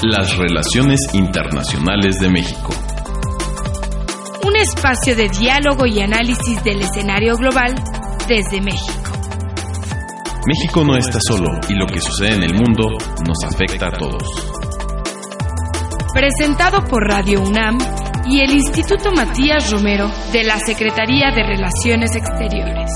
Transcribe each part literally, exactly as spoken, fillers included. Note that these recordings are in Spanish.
Las relaciones internacionales de México. Un espacio de diálogo y análisis del escenario global desde México. México no está solo y lo que sucede en el mundo nos afecta a todos. Presentado por Radio UNAM y el Instituto Matías Romero de la Secretaría de Relaciones Exteriores.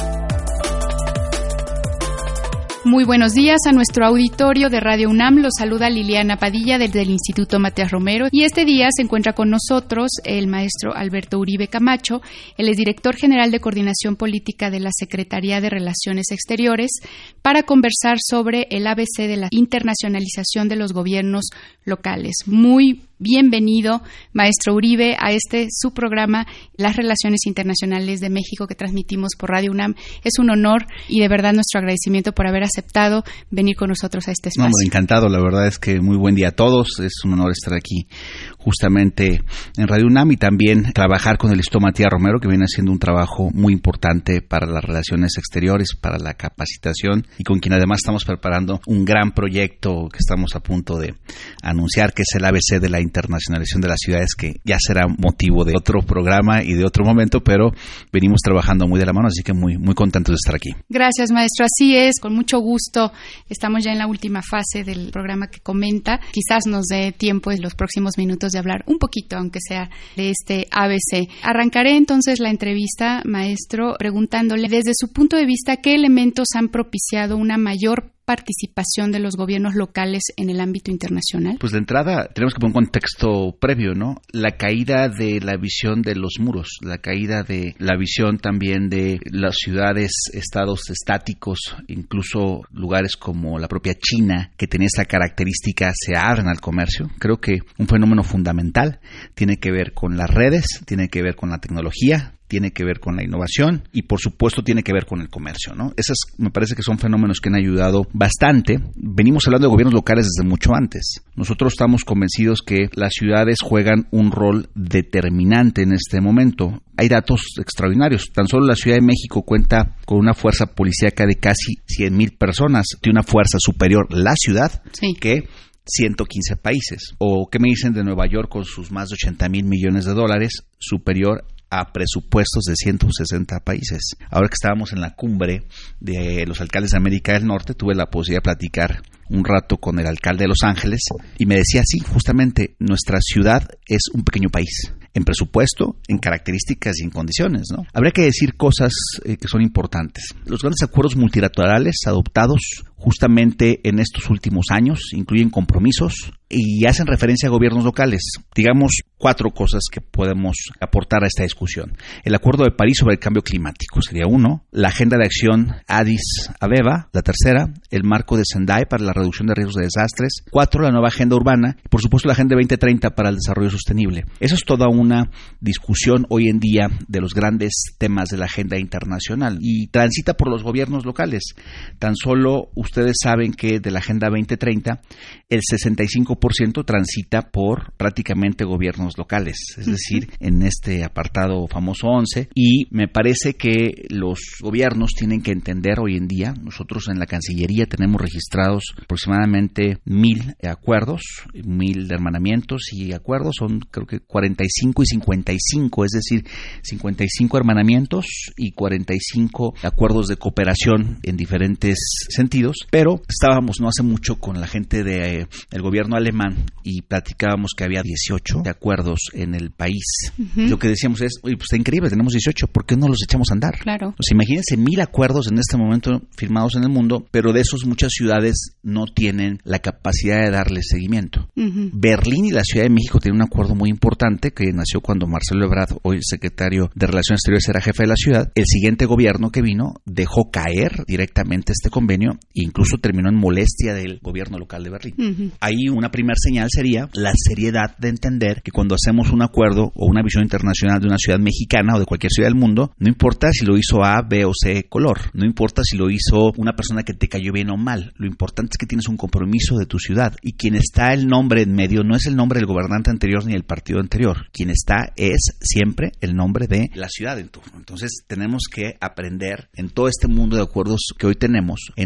Muy buenos días a nuestro auditorio de Radio UNAM. Los saluda Liliana Padilla desde el Instituto Matías Romero y este día se encuentra con nosotros el maestro Alberto Uribe Camacho. Él es director general de Coordinación Política de la Secretaría de Relaciones Exteriores para conversar sobre el A B C de la internacionalización de los gobiernos locales. Muy bienvenido, maestro Uribe, a este su programa, Las Relaciones Internacionales de México, que transmitimos por Radio UNAM. Es un honor y de verdad nuestro agradecimiento por haber aceptado venir con nosotros a este espacio. No, encantado, la verdad es que muy buen día a todos. Es un honor estar aquí justamente en Radio UNAM y también trabajar con el Instituto Matías Romero, que viene haciendo un trabajo muy importante para las relaciones exteriores, para la capacitación, y con quien además estamos preparando un gran proyecto que estamos a punto de anunciar, que es el A B C de la internacionalización de las ciudades, que ya será motivo de otro programa y de otro momento, pero venimos trabajando muy de la mano, así que muy, muy contentos de estar aquí. Gracias, maestro. Así es, con mucho gusto. Estamos ya en la última fase del programa que comenta. Quizás nos dé tiempo en los próximos minutos de hablar un poquito, aunque sea de este A B C. Arrancaré entonces la entrevista, maestro, preguntándole desde su punto de vista qué elementos han propiciado una mayor participación de los gobiernos locales en el ámbito internacional. Pues de entrada tenemos que poner un contexto previo, ¿no? La caída de la visión de los muros, la caída de la visión también de las ciudades, estados estáticos, incluso lugares como la propia China, que tenía esta característica, se abren al comercio. Creo que un fenómeno fundamental tiene que ver con las redes, tiene que ver con la tecnología, tiene que ver con la innovación y por supuesto tiene que ver con el comercio, ¿no? Esas me parece que son fenómenos que han ayudado bastante. Venimos hablando de gobiernos locales desde mucho antes. Nosotros estamos convencidos que las ciudades juegan un rol determinante en este momento. Hay datos extraordinarios. Tan solo la Ciudad de México cuenta con una fuerza policíaca de casi cien mil personas, tiene una fuerza superior la ciudad sí. que ciento quince países. ¿O qué me dicen de Nueva York con sus más de ochenta mil millones de dólares, superior a presupuestos de ciento sesenta países? Ahora que estábamos en la cumbre de los alcaldes de América del Norte, tuve la posibilidad de platicar un rato con el alcalde de Los Ángeles y me decía, sí, justamente nuestra ciudad es un pequeño país, en presupuesto, en características y en condiciones, ¿no? Habría que decir cosas eh, que son importantes. Los grandes acuerdos multilaterales adoptados justamente en estos últimos años incluyen compromisos y hacen referencia a gobiernos locales. Digamos cuatro cosas que podemos aportar a esta discusión. El Acuerdo de París sobre el cambio climático sería uno, la Agenda de Acción Addis Abeba, la tercera, el Marco de Sendai para la reducción de riesgos de desastres, cuatro, la nueva Agenda Urbana y por supuesto la Agenda veinte treinta para el desarrollo sostenible. Eso es toda una discusión hoy en día de los grandes temas de la agenda internacional y transita por los gobiernos locales. Tan solo ustedes saben que de la Agenda veinte treinta el sesenta y cinco por ciento transita por prácticamente gobiernos locales, es decir, en este apartado famoso once, y me parece que los gobiernos tienen que entender hoy en día, nosotros en la Cancillería tenemos registrados aproximadamente mil acuerdos, mil de hermanamientos y acuerdos, son creo que cuarenta y cinco y cincuenta y cinco, es decir, cincuenta y cinco hermanamientos y cuarenta y cinco acuerdos de cooperación en diferentes sentidos, pero estábamos no hace mucho con la gente del de, gobierno alemán y platicábamos que había dieciocho acuerdos en el país. Uh-huh. Lo que decíamos es, oye, pues está increíble, tenemos dieciocho, ¿por qué no los echamos a andar? Claro. Pues imagínense mil acuerdos en este momento firmados en el mundo, pero de esos muchas ciudades no tienen la capacidad de darle seguimiento. Uh-huh. Berlín y la Ciudad de México tienen un acuerdo muy importante que nació cuando Marcelo Ebrard, hoy secretario de Relaciones Exteriores, era jefe de la ciudad. El siguiente gobierno que vino dejó caer directamente este convenio e incluso terminó en molestia del gobierno local de Berlín. Uh-huh. Ahí una primera señal sería la seriedad de entender que cuando hacemos un acuerdo o una visión internacional de una ciudad mexicana o de cualquier ciudad del mundo, no importa si lo hizo A, B o C color, no importa si lo hizo una persona que te cayó bien o mal, lo importante es que tienes un compromiso de tu ciudad y quien está el nombre en medio no es el nombre del gobernante anterior ni el partido anterior, quien está es siempre el nombre de la ciudad en turno. Entonces tenemos que aprender en todo este mundo de acuerdos que hoy tenemos, en todo este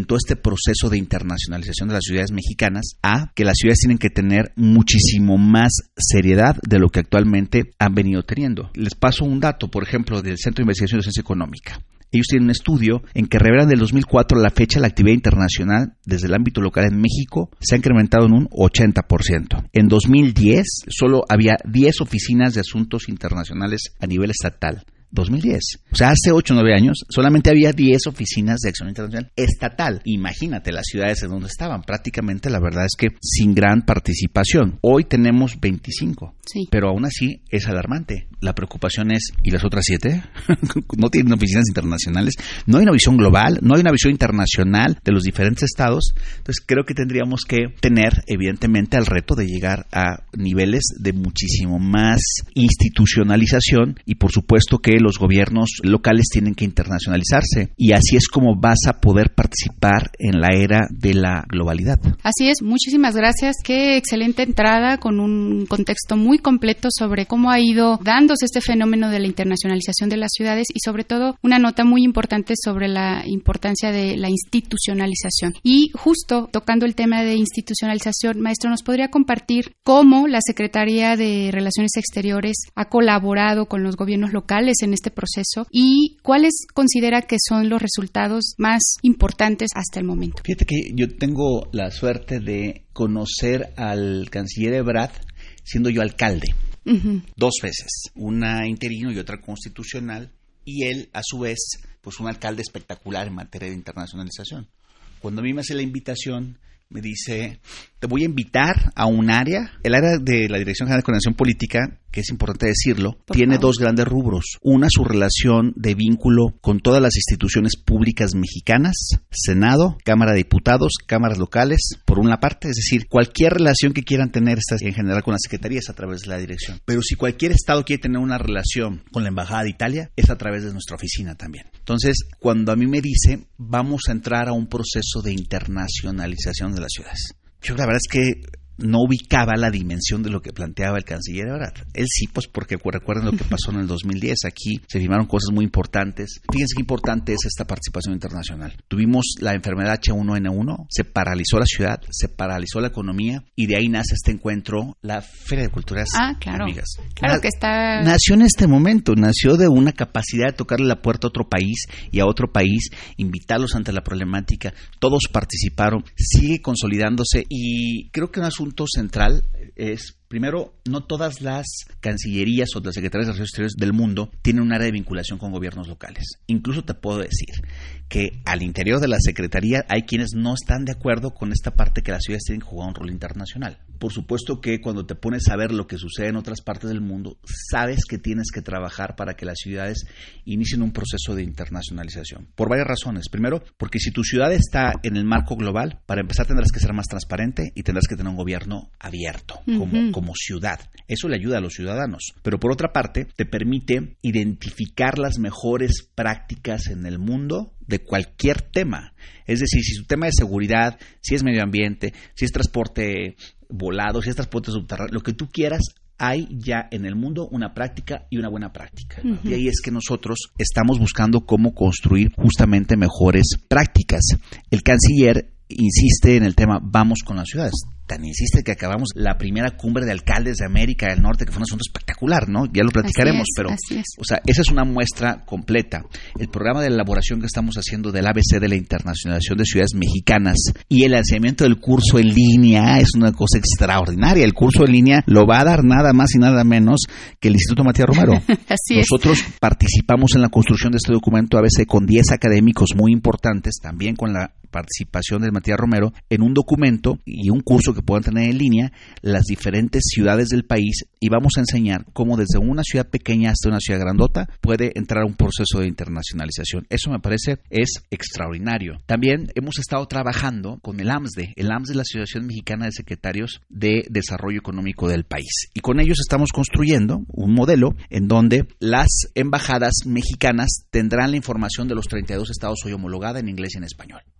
proceso de internacionalización de las ciudades mexicanas a que las ciudades tienen que tener muchísimo más seriedad de lo que actualmente han venido teniendo. Les paso un dato, por ejemplo, del Centro de Investigación y Docencia Económica. Ellos tienen un estudio en que revelan del dos mil cuatro a la fecha la actividad internacional desde el ámbito local en México se ha incrementado en un ochenta por ciento. En dos mil diez solo había diez oficinas de asuntos internacionales a nivel estatal. dos mil diez. O sea, hace ocho o nueve años solamente había diez oficinas de acción internacional estatal. Imagínate las ciudades en donde estaban. Prácticamente la verdad es que sin gran participación. Hoy tenemos veinticinco. Sí. Pero aún así es alarmante. La preocupación es, ¿y las otras siete? No tienen oficinas internacionales. No hay una visión global, no hay una visión internacional de los diferentes estados. Entonces creo que tendríamos que tener evidentemente el reto de llegar a niveles de muchísimo más institucionalización y por supuesto que los gobiernos locales tienen que internacionalizarse y así es como vas a poder participar en la era de la globalidad. Así es, muchísimas gracias. Qué excelente entrada con un contexto muy completo sobre cómo ha ido dándose este fenómeno de la internacionalización de las ciudades y sobre todo una nota muy importante sobre la importancia de la institucionalización. Y justo tocando el tema de institucionalización, maestro, ¿nos podría compartir cómo la Secretaría de Relaciones Exteriores ha colaborado con los gobiernos locales en este proceso y cuáles considera que son los resultados más importantes hasta el momento? Fíjate que yo tengo la suerte de conocer al canciller Ebrard siendo yo alcalde. Uh-huh. Dos veces, una interino y otra constitucional, y él a su vez pues un alcalde espectacular en materia de internacionalización. Cuando a mí me hace la invitación, me dice, te voy a invitar a un área, el área de la Dirección General de Coordinación Política, que es importante decirlo, Por tiene favor. dos grandes rubros. Una, su relación de vínculo con todas las instituciones públicas mexicanas, Senado, Cámara de Diputados, cámaras locales, por una parte, es decir, cualquier relación que quieran tener estas en general con las secretarías a través de la dirección. Pero si cualquier estado quiere tener una relación con la Embajada de Italia, es a través de nuestra oficina también. Entonces, cuando a mí me dice, vamos a entrar a un proceso de internacionalización de las ciudades. Yo la verdad es que no ubicaba la dimensión de lo que planteaba el canciller Ebrard. Él sí, pues porque recuerden lo que pasó en el dos mil diez. Aquí se firmaron cosas muy importantes. Fíjense qué importante es esta participación internacional. Tuvimos la enfermedad H uno N uno, se paralizó la ciudad, se paralizó la economía y de ahí nace este encuentro, la Feria de Culturas ah, claro. Amigas. Claro Na- que está... Nació en este momento, nació de una capacidad de tocarle la puerta a otro país y a otro país, invitarlos ante la problemática. Todos participaron, sigue consolidándose y creo que un asunto central es, primero, no todas las cancillerías o las secretarías de Relaciones Exteriores del mundo tienen un área de vinculación con gobiernos locales. Incluso te puedo decir que al interior de la secretaría hay quienes no están de acuerdo con esta parte que las ciudades tienen que jugar un rol internacional. Por supuesto que cuando te pones a ver lo que sucede en otras partes del mundo, sabes que tienes que trabajar para que las ciudades inicien un proceso de internacionalización. Por varias razones. Primero, porque si tu ciudad está en el marco global, para empezar tendrás que ser más transparente y tendrás que tener un gobierno abierto, uh-huh. como, como ciudad. Eso le ayuda a los ciudadanos. Pero por otra parte, te permite identificar las mejores prácticas en el mundo de cualquier tema. Es decir, si su tema es seguridad, si es medio ambiente, si es transporte volado, si es transporte subterráneo, lo que tú quieras, hay ya en el mundo una práctica y una buena práctica. Uh-huh. Y ahí es que nosotros estamos buscando cómo construir justamente mejores prácticas. El canciller insiste en el tema vamos con las ciudades. Tan insiste que acabamos la primera cumbre de alcaldes de América del Norte, que fue un asunto espectacular, ¿no? Ya lo platicaremos, así es, pero, así es. o sea, esa es una muestra completa. El programa de elaboración que estamos haciendo del A B C de la internacionalización de ciudades mexicanas y el lanzamiento del curso en línea es una cosa extraordinaria. El curso en línea lo va a dar nada más y nada menos que el Instituto Matías Romero. Así Nosotros es. participamos en la construcción de este documento A B C con diez académicos muy importantes, también con la participación del Matías Romero, en un documento y un curso que puedan tener en línea las diferentes ciudades del país y vamos a enseñar cómo desde una ciudad pequeña hasta una ciudad grandota puede entrar un proceso de internacionalización. Eso me parece es extraordinario. También hemos estado trabajando con el A M S D. El A M S D es la Asociación Mexicana de Secretarios de Desarrollo Económico del país. Y con ellos estamos construyendo un modelo en donde las embajadas mexicanas tendrán la información de los treinta y dos estados hoy homologada en inglés y en español.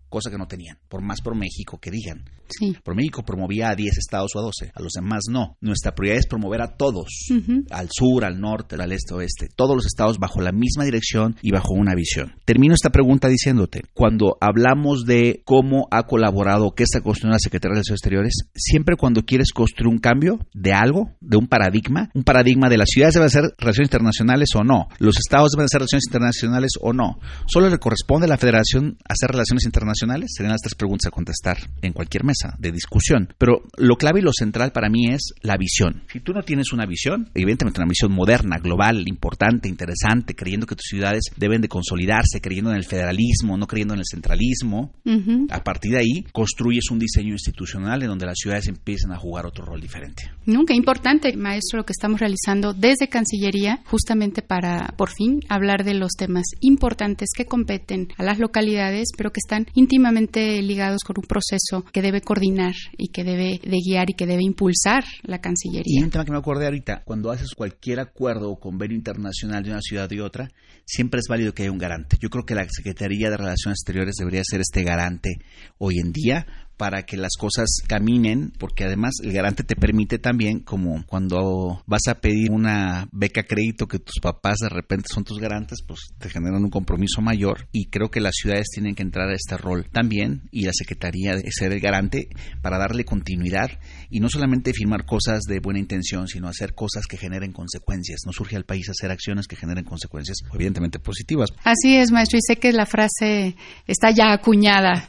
cosa que no tenían, por más por México que digan. Sí. Por México promovía a diez estados o a doce, a los demás no. Nuestra prioridad es promover a todos, uh-huh. al sur, al norte, al este, oeste, todos los estados bajo la misma dirección y bajo una visión. Termino esta pregunta diciéndote, cuando hablamos de cómo ha colaborado, qué está construyendo la Secretaría de Relaciones Exteriores, siempre cuando quieres construir un cambio de algo, de un paradigma, un paradigma de las ciudades deben ser relaciones internacionales o no, los estados deben ser relaciones internacionales o no, solo le corresponde a la Federación hacer relaciones internacionales, serían las tres preguntas a contestar en cualquier mesa de discusión, pero lo clave y lo central para mí es la visión. Si tú no tienes una visión, evidentemente una visión moderna, global, importante, interesante, creyendo que tus ciudades deben de consolidarse, creyendo en el federalismo, no creyendo en el centralismo, uh-huh. a partir de ahí construyes un diseño institucional en donde las ciudades empiezan a jugar otro rol diferente. No, qué importante, maestro, lo que estamos realizando desde Cancillería, justamente para, por fin, hablar de los temas importantes que competen a las localidades, pero que están íntimamente ligados con un proceso que debe coordinar y que debe de guiar y que debe impulsar la Cancillería. Y un tema que me acordé ahorita, cuando haces cualquier acuerdo o convenio internacional de una ciudad y otra, siempre es válido que haya un garante. Yo creo que la Secretaría de Relaciones Exteriores debería ser este garante hoy en día para que las cosas caminen, porque además el garante te permite también, como cuando vas a pedir una beca crédito que tus papás de repente son tus garantes, pues te generan un compromiso mayor, y creo que las ciudades tienen que entrar a este rol también, y la Secretaría de ser el garante para darle continuidad, y no solamente firmar cosas de buena intención, sino hacer cosas que generen consecuencias. No surge al país hacer acciones que generen consecuencias, evidentemente positivas. Así es, maestro, y sé que la frase está ya acuñada.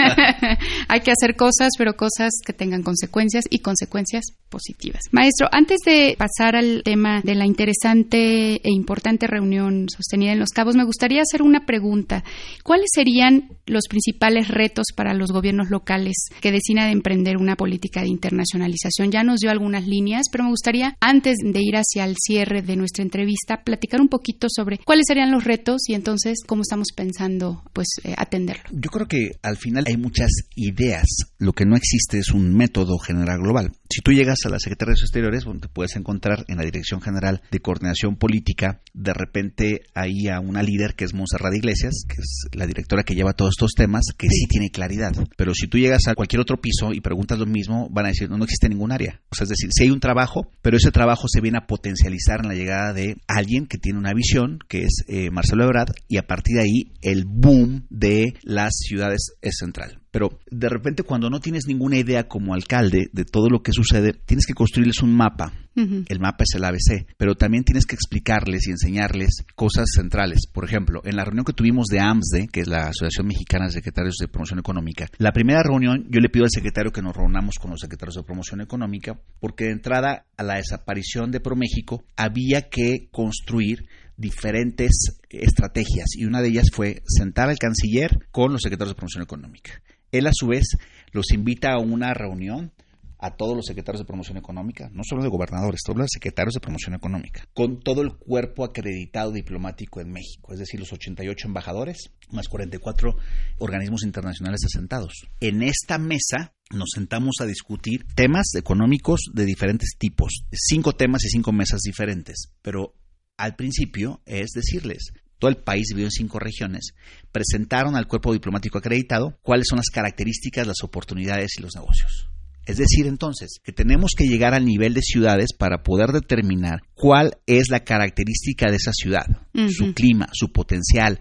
Hay que hacer cosas, pero cosas que tengan consecuencias y consecuencias positivas. Maestro, antes de pasar al tema de la interesante e importante reunión sostenida en Los Cabos, me gustaría hacer una pregunta. ¿Cuáles serían los principales retos para los gobiernos locales que decidan emprender una política de internacionalización? Ya nos dio algunas líneas, pero me gustaría, antes de ir hacia el cierre de nuestra entrevista, platicar un poquito sobre cuáles serían los retos y entonces cómo estamos pensando pues eh, atenderlo. Yo creo que al final hay muchas ideas. Lo que no existe es un método general global. Si tú llegas a la Secretaría de Relaciones Exteriores, bueno, te puedes encontrar en la Dirección General de Coordinación Política, de repente ahí a una líder que es Montserrat Iglesias, que es la directora que lleva todos estos temas, que sí tiene claridad. Pero si tú llegas a cualquier otro piso y preguntas lo mismo, van a decir, no, no existe ningún área. O sea, es decir, sí hay un trabajo, pero ese trabajo se viene a potencializar en la llegada de alguien que tiene una visión, que es eh, Marcelo Ebrard, y a partir de ahí el boom de las ciudades es central. Pero de repente cuando no tienes ninguna idea como alcalde de todo lo que sucede, tienes que construirles un mapa. Uh-huh. El mapa es el A B C, pero también tienes que explicarles y enseñarles cosas centrales. Por ejemplo, en la reunión que tuvimos de A M S D E, que es la Asociación Mexicana de Secretarios de Promoción Económica, la primera reunión yo le pido al secretario que nos reunamos con los secretarios de Promoción Económica, porque de entrada a la desaparición de ProMéxico había que construir diferentes estrategias, y una de ellas fue sentar al canciller con los secretarios de Promoción Económica. Él a su vez los invita a una reunión a todos los secretarios de Promoción Económica, no solo de gobernadores, todos los secretarios de Promoción Económica, con todo el cuerpo acreditado diplomático en México, es decir, los ochenta y ocho embajadores, más cuarenta y cuatro organismos internacionales asentados. En esta mesa nos sentamos a discutir temas económicos de diferentes tipos, cinco temas y cinco mesas diferentes, pero al principio es decirles, todo el país dividido en cinco regiones, presentaron al cuerpo diplomático acreditado cuáles son las características, las oportunidades y los negocios. Es decir, entonces, que tenemos que llegar al nivel de ciudades para poder determinar cuál es la característica de esa ciudad, uh-huh. su clima, su potencial,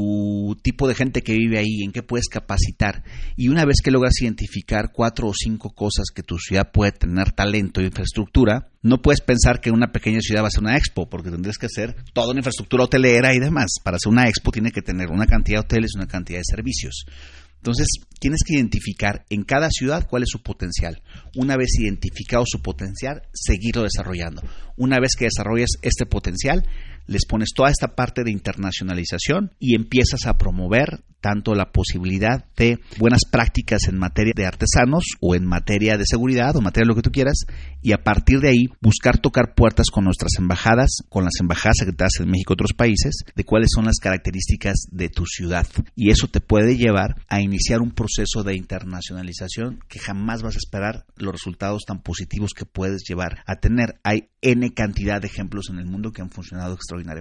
su tipo de gente que vive ahí, en qué puedes capacitar. Y una vez que logras identificar cuatro o cinco cosas que tu ciudad puede tener talento e infraestructura, no puedes pensar que una pequeña ciudad va a ser una expo, porque tendrías que hacer toda una infraestructura hotelera y demás. Para hacer una expo tiene que tener una cantidad de hoteles y una cantidad de servicios. Entonces, tienes que identificar en cada ciudad cuál es su potencial. Una vez identificado su potencial, seguirlo desarrollando. Una vez que desarrolles este potencial, les pones toda esta parte de internacionalización y empiezas a promover tanto la posibilidad de buenas prácticas en materia de artesanos o en materia de seguridad o en materia de lo que tú quieras, y a partir de ahí buscar tocar puertas con nuestras embajadas, con las embajadas secretarias en México y otros países, de cuáles son las características de tu ciudad. Y eso te puede llevar a iniciar un proceso de internacionalización que jamás vas a esperar los resultados tan positivos que puedes llevar a tener. Hay N cantidad de ejemplos en el mundo que han funcionado extraordinariamente.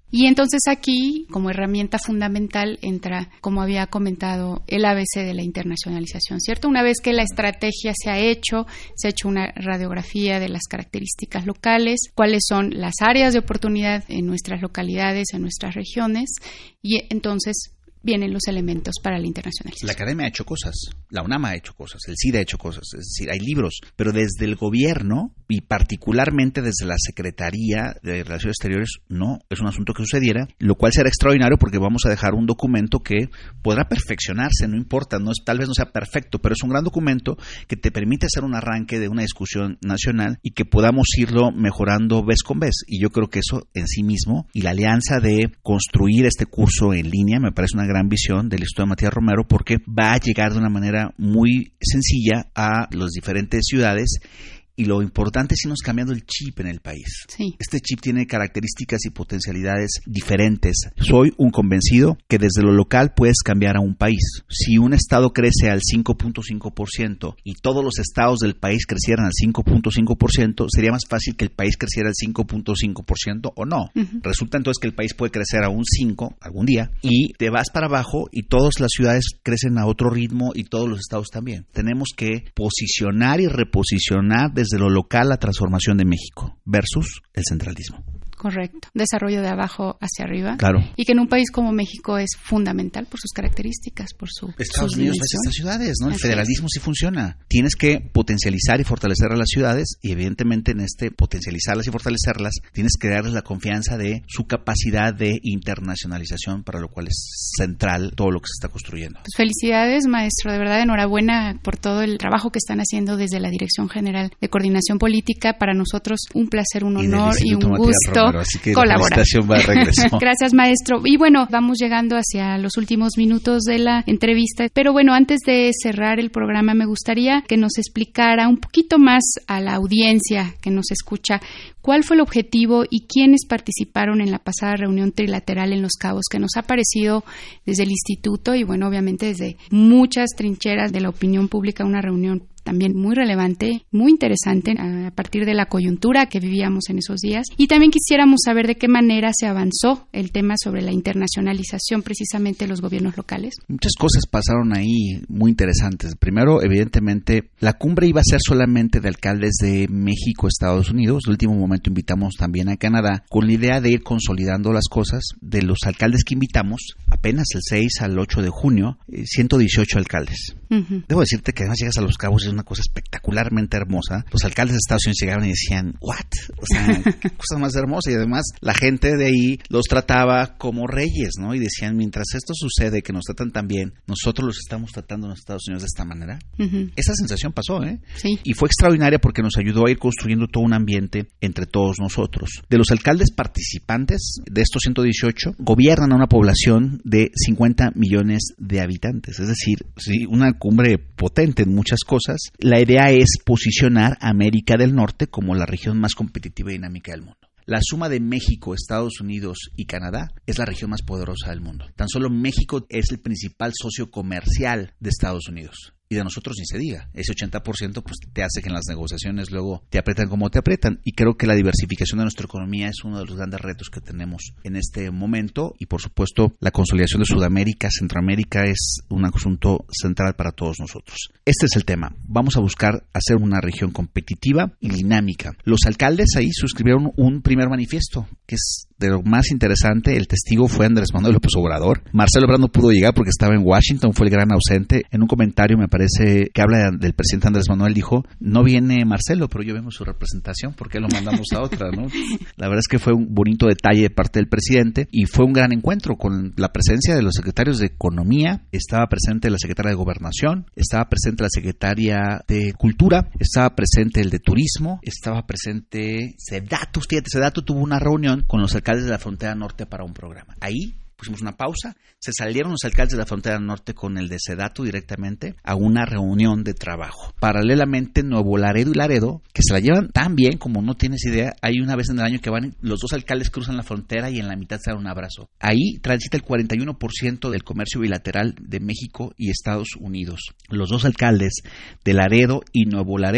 Y entonces aquí, como herramienta fundamental, entra, como había comentado, el A B C de la internacionalización, ¿cierto? Una vez que la estrategia se ha hecho, se ha hecho una radiografía de las características locales, cuáles son las áreas de oportunidad en nuestras localidades, en nuestras regiones, y entonces vienen los elementos para la internacionalización. La academia ha hecho cosas, la UNAM ha hecho cosas, el C I D ha hecho cosas, es decir, hay libros, pero desde el gobierno y particularmente desde la Secretaría de Relaciones Exteriores no es un asunto que sucediera, lo cual será extraordinario porque vamos a dejar un documento que podrá perfeccionarse, no importa, no es, tal vez no sea perfecto, pero es un gran documento que te permite hacer un arranque de una discusión nacional y que podamos irlo mejorando vez con vez. Y yo creo que eso en sí mismo y la alianza de construir este curso en línea me parece una gran visión del Instituto Matías Romero porque va a llegar de una manera muy sencilla a las diferentes ciudades. Y lo importante es irnos cambiando el chip en el país. Sí. Este chip tiene características y potencialidades diferentes. Soy un convencido que desde lo local puedes cambiar a un país. Si un estado crece al cinco punto cinco por ciento y todos los estados del país crecieran al cinco punto cinco por ciento, sería más fácil que el país creciera al cinco punto cinco por ciento o no. Uh-huh. Resulta entonces que el país puede crecer a un cinco algún día y te vas para abajo y todas las ciudades crecen a otro ritmo y todos los estados también. Tenemos que posicionar y reposicionar desde desde lo local la transformación de México versus el centralismo. Correcto. Desarrollo de abajo hacia arriba. Claro. Y que en un país como México es fundamental por sus características, por su Estados Unidos es estas ciudades, ¿no? El Así federalismo es. sí funciona. Tienes que potencializar y fortalecer a las ciudades y evidentemente en este potencializarlas y fortalecerlas tienes que darles la confianza de su capacidad de internacionalización, para lo cual es central todo lo que se está construyendo. Pues felicidades, maestro. De verdad, enhorabuena por todo el trabajo que están haciendo desde la Dirección General de Coordinación Política. Para nosotros un placer, un honor y, y un gusto. Romero, así que colaborar. La felicitación va de regreso. Gracias, maestro. Y bueno, vamos llegando hacia los últimos minutos de la entrevista, pero bueno, antes de cerrar el programa me gustaría que nos explicara un poquito más a la audiencia que nos escucha cuál fue el objetivo y quiénes participaron en la pasada reunión trilateral en Los Cabos, que nos ha parecido desde el instituto y bueno, obviamente desde muchas trincheras de la opinión pública, una reunión también muy relevante, muy interesante a partir de la coyuntura que vivíamos en esos días. Y también quisiéramos saber de qué manera se avanzó el tema sobre la internacionalización precisamente de los gobiernos locales. Muchas cosas pasaron ahí muy interesantes. Primero, evidentemente, la cumbre iba a ser solamente de alcaldes de México, Estados Unidos. En el último momento invitamos también a Canadá con la idea de ir consolidando las cosas. De los alcaldes que invitamos, apenas el seis al ocho de junio, ciento dieciocho alcaldes. Uh-huh. Debo decirte que además llegas a Los Cabos y es una cosa espectacularmente hermosa. Los alcaldes de Estados Unidos llegaban y decían, ¿what? O sea, qué cosa más hermosa. Y además la gente de ahí los trataba como reyes, ¿no? Y decían, mientras esto sucede, que nos tratan tan bien, nosotros los estamos tratando en los Estados Unidos de esta manera. Uh-huh. Esa sensación pasó, ¿eh? Sí. Y fue extraordinaria porque nos ayudó a ir construyendo todo un ambiente entre todos nosotros. De los alcaldes participantes, de estos ciento dieciocho, gobiernan a una población de cincuenta millones de habitantes. Es decir, sí, una cumbre potente en muchas cosas. La idea es posicionar a América del Norte como la región más competitiva y dinámica del mundo. La suma de México, Estados Unidos y Canadá es la región más poderosa del mundo. Tan solo México es el principal socio comercial de Estados Unidos. Y de nosotros ni se diga. Ese ochenta por ciento pues te hace que en las negociaciones luego te aprietan como te aprietan. Y creo que la diversificación de nuestra economía es uno de los grandes retos que tenemos en este momento. Y por supuesto, la consolidación de Sudamérica, Centroamérica es un asunto central para todos nosotros. Este es el tema. Vamos a buscar hacer una región competitiva y dinámica. Los alcaldes ahí suscribieron un primer manifiesto, que es de lo más interesante. El testigo fue Andrés Manuel López Obrador. Marcelo Ebrard no pudo llegar porque estaba en Washington, fue el gran ausente. En un comentario me parece que habla del presidente Andrés Manuel, dijo, no viene Marcelo, pero yo vengo su representación, ¿por qué lo mandamos a otra? ¿No? La verdad es que fue un bonito detalle de parte del presidente y fue un gran encuentro con la presencia de los secretarios de Economía, estaba presente la secretaria de Gobernación, estaba presente la secretaria de Cultura, estaba presente el de Turismo, estaba presente Sedatu. Fíjate, Sedatu tuvo una reunión con los alcaldes de la frontera norte para un programa. Ahí pusimos una pausa, se salieron los alcaldes de la frontera norte con el de Sedatu directamente a una reunión de trabajo. Paralelamente, Nuevo Laredo y Laredo, que se la llevan tan bien como no tienes idea, hay una vez en el año que van, los dos alcaldes cruzan la frontera y en la mitad se dan un abrazo. Ahí transita el cuarenta y uno por ciento del comercio bilateral de México y Estados Unidos. Los dos alcaldes de Laredo y Nuevo Laredo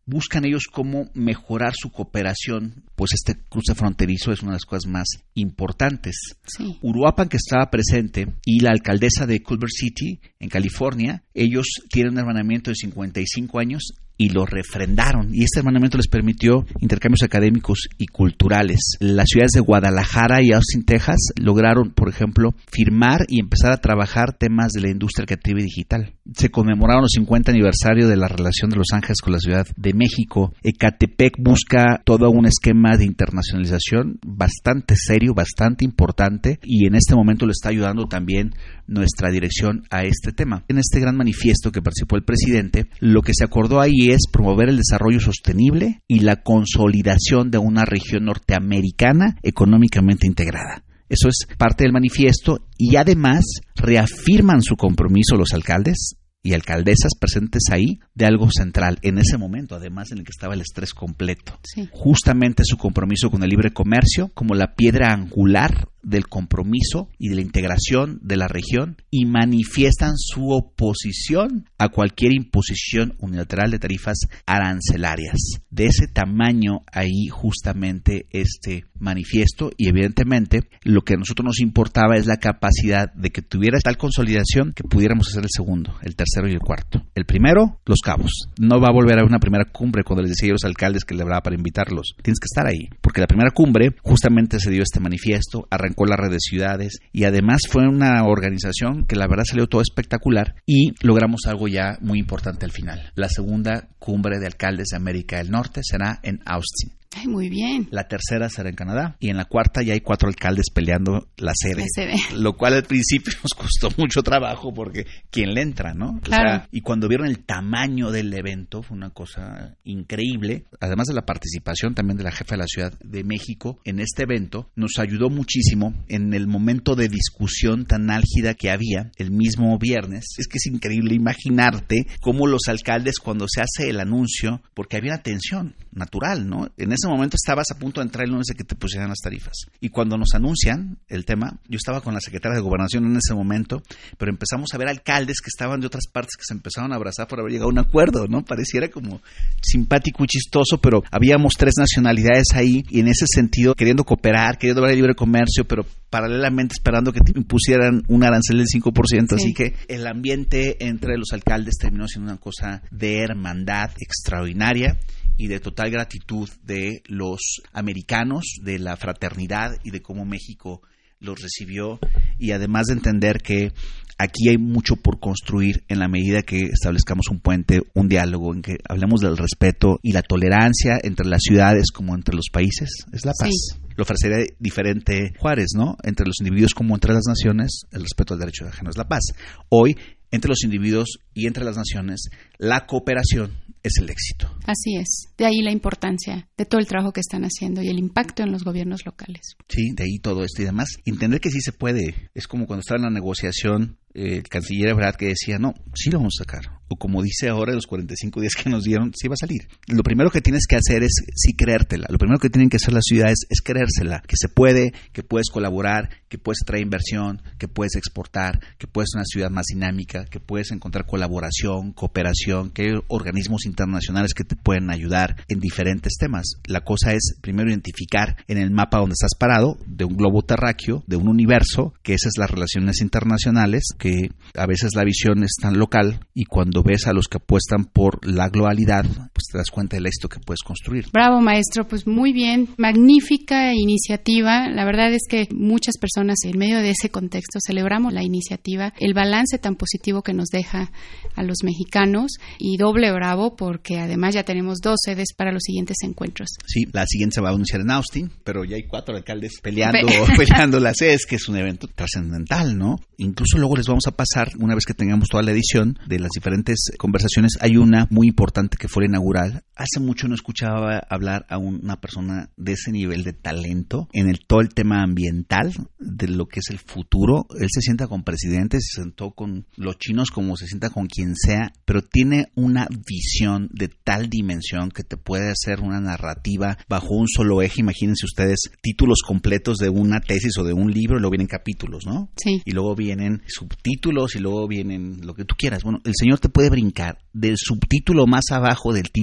buscan ellos cómo mejorar su cooperación, pues este cruce fronterizo es una de las cosas más importantes. Sí. Uruapan, que estaba presente, y la alcaldesa de Culver City, en California, ellos tienen un hermanamiento de cincuenta y cinco años y lo refrendaron, y este hermanamiento les permitió intercambios académicos y culturales. Las ciudades de Guadalajara y Austin, Texas, lograron, por ejemplo, firmar y empezar a trabajar temas de la industria creativa y digital. Se conmemoraron los cincuenta aniversario de la relación de Los Ángeles con la Ciudad de México. Ecatepec busca todo un esquema de internacionalización bastante serio, bastante importante, y en este momento le está ayudando también nuestra dirección a este tema. En este gran manifiesto que participó el presidente, lo que se acordó ahí es promover el desarrollo sostenible y la consolidación de una región norteamericana económicamente integrada. Eso es parte del manifiesto, y además reafirman su compromiso los alcaldes y alcaldesas presentes ahí de algo central en ese momento, además en el que estaba el estrés completo. Sí. Justamente su compromiso con el libre comercio como la piedra angular del compromiso y de la integración de la región, y manifiestan su oposición a cualquier imposición unilateral de tarifas arancelarias. De ese tamaño ahí justamente este manifiesto, y evidentemente lo que a nosotros nos importaba es la capacidad de que tuviera tal consolidación que pudiéramos hacer el segundo, el tercero y el cuarto. El primero, Los Cabos. No va a volver a haber una primera cumbre cuando les decía a los alcaldes que le hablaba para invitarlos. Tienes que estar ahí, porque la primera cumbre justamente se dio este manifiesto, arrancó la red de ciudades, y además fue una organización que la verdad salió todo espectacular, y logramos algo ya muy importante al final. La segunda cumbre de alcaldes de América del Norte será en Austin. Ay, muy bien. La tercera será en Canadá, y en la cuarta ya hay cuatro alcaldes peleando la sede, La sede. Lo cual al principio nos costó mucho trabajo porque ¿quién le entra, no? Claro. O sea, y cuando vieron el tamaño del evento fue una cosa increíble, además de la participación también de la jefa de la Ciudad de México en este evento. Nos ayudó muchísimo en el momento de discusión tan álgida que había el mismo viernes. Es que es increíble imaginarte cómo los alcaldes, cuando se hace el anuncio, porque había una tensión natural, ¿no? En ese momento estabas a punto de entrar el lunes de que te pusieran las tarifas. Y cuando nos anuncian el tema, yo estaba con la secretaria de Gobernación en ese momento, pero empezamos a ver alcaldes que estaban de otras partes que se empezaron a abrazar por haber llegado a un acuerdo, ¿no? Pareciera como simpático y chistoso, pero habíamos tres nacionalidades ahí, y en ese sentido queriendo cooperar, queriendo ver el libre comercio, pero paralelamente esperando que te impusieran un arancel del cinco por ciento. Sí. Así que el ambiente entre los alcaldes terminó siendo una cosa de hermandad extraordinaria y de total gratitud de los americanos, de la fraternidad y de cómo México los recibió, y además de entender que aquí hay mucho por construir en la medida que establezcamos un puente, un diálogo, en que hablemos del respeto y la tolerancia entre las ciudades como entre los países. Es la paz. Sí. Lo ofrecería diferente Juárez, ¿no? Entre los individuos como entre las naciones, el respeto al derecho ajeno es la paz. Hoy, entre los individuos y entre las naciones, la cooperación es el éxito. Así es. De ahí la importancia de todo el trabajo que están haciendo y el impacto en los gobiernos locales. Sí, de ahí todo esto y demás. Entender que sí se puede. Es como cuando estaba en la negociación eh, el canciller Ebrard, que decía, no, sí lo vamos a sacar. O como dice ahora, los cuarenta y cinco días que nos dieron, sí va a salir. Lo primero que tienes que hacer es sí creértela. Lo primero que tienen que hacer las ciudades es creérsela. Que se puede, que puedes colaborar, que puedes traer inversión, que puedes exportar, que puedes ser una ciudad más dinámica, que puedes encontrar colaboración, cooperación, que hay organismos internacionales que te pueden ayudar en diferentes temas. La cosa es primero identificar en el mapa donde estás parado, de un globo terráqueo, de un universo, que esas son las relaciones internacionales, que a veces la visión es tan local, y cuando ves a los que apuestan por la globalidad, pues te das cuenta del éxito que puedes construir. Bravo, maestro, pues muy bien, magnífica iniciativa. La verdad es que muchas personas en medio de ese contexto celebramos la iniciativa, el balance tan positivo que nos deja a los mexicanos, y doble bravo porque además ya tenemos dos sedes para los siguientes encuentros. Sí, la siguiente se va a anunciar en Austin, pero ya hay cuatro alcaldes peleando, Pe- peleando las sedes, que es un evento trascendental, ¿no? Incluso luego les vamos a pasar, una vez que tengamos toda la edición de las diferentes conversaciones, hay una muy importante que fue la inaugural. Hace mucho no escuchaba hablar a una persona de ese nivel de talento en el todo el tema ambiental, de lo que es el futuro. Él se sienta con presidentes, se sentó con los chinos como se sienta con quien sea, pero tiene una visión de tal dimensión que te puede hacer una narrativa bajo un solo eje. Imagínense ustedes títulos completos de una tesis o de un libro, y luego vienen capítulos, ¿no? Sí. Y luego vienen subtítulos, y luego vienen lo que tú quieras. Bueno, el señor te puede brincar del subtítulo más abajo del título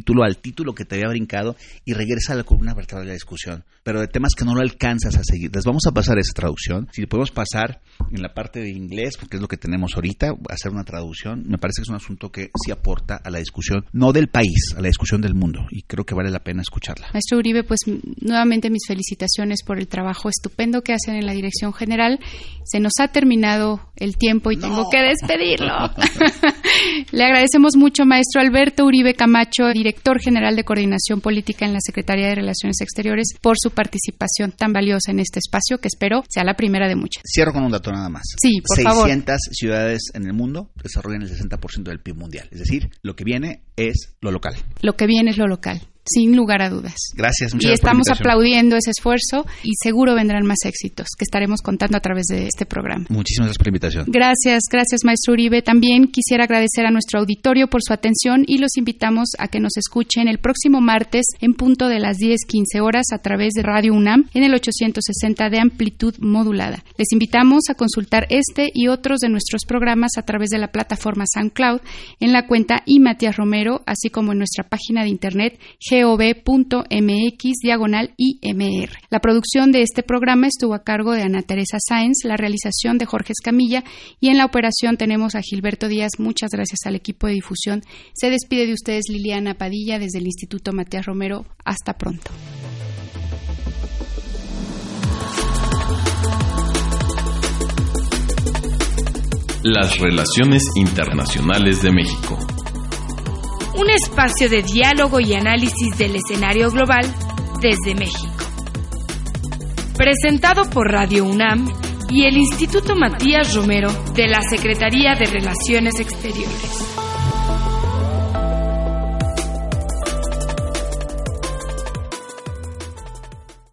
título, al título que te había brincado y regresa a la columna vertebral de la discusión. Pero de temas que no lo alcanzas a seguir. Les vamos a pasar esa traducción. Si le podemos pasar en la parte de inglés, porque es lo que tenemos ahorita, hacer una traducción, me parece que es un asunto que sí aporta a la discusión, no del país, a la discusión del mundo. Y creo que vale la pena escucharla. Maestro Uribe, pues nuevamente mis felicitaciones por el trabajo estupendo que hacen en la Dirección General. Se nos ha terminado el tiempo y no. tengo que despedirlo. Le agradecemos mucho, maestro Alberto Uribe Camacho, director general de Coordinación Política en la Secretaría de Relaciones Exteriores, por su participación tan valiosa en este espacio, que espero sea la primera de muchas. Cierro con un dato nada más. Sí, por favor. seiscientas ciudades en el mundo desarrollan el sesenta por ciento del P I B mundial. Es decir, lo que viene es lo local. Lo que viene es lo local. Sin lugar a dudas. Gracias, muchas y gracias estamos por la aplaudiendo ese esfuerzo y seguro vendrán más éxitos que estaremos contando a través de este programa. Muchísimas gracias por la invitación. Gracias, gracias maestro Uribe. También quisiera agradecer a nuestro auditorio por su atención y los invitamos a que nos escuchen el próximo martes en punto de las diez quince horas a través de Radio UNAM en el ochocientos sesenta de amplitud modulada. Les invitamos a consultar este y otros de nuestros programas a través de la plataforma SoundCloud en la cuenta I Matías Romero, así como en nuestra página de internet gov.mx diagonal I M R. La producción de este programa estuvo a cargo de Ana Teresa Sáenz, la realización de Jorge Escamilla y en la operación tenemos a Gilberto Díaz. Muchas gracias al equipo de difusión. Se despide de ustedes Liliana Padilla desde el Instituto Matías Romero. Hasta pronto. Las relaciones internacionales de México. Un espacio de diálogo y análisis del escenario global desde México. Presentado por Radio UNAM y el Instituto Matías Romero de la Secretaría de Relaciones Exteriores.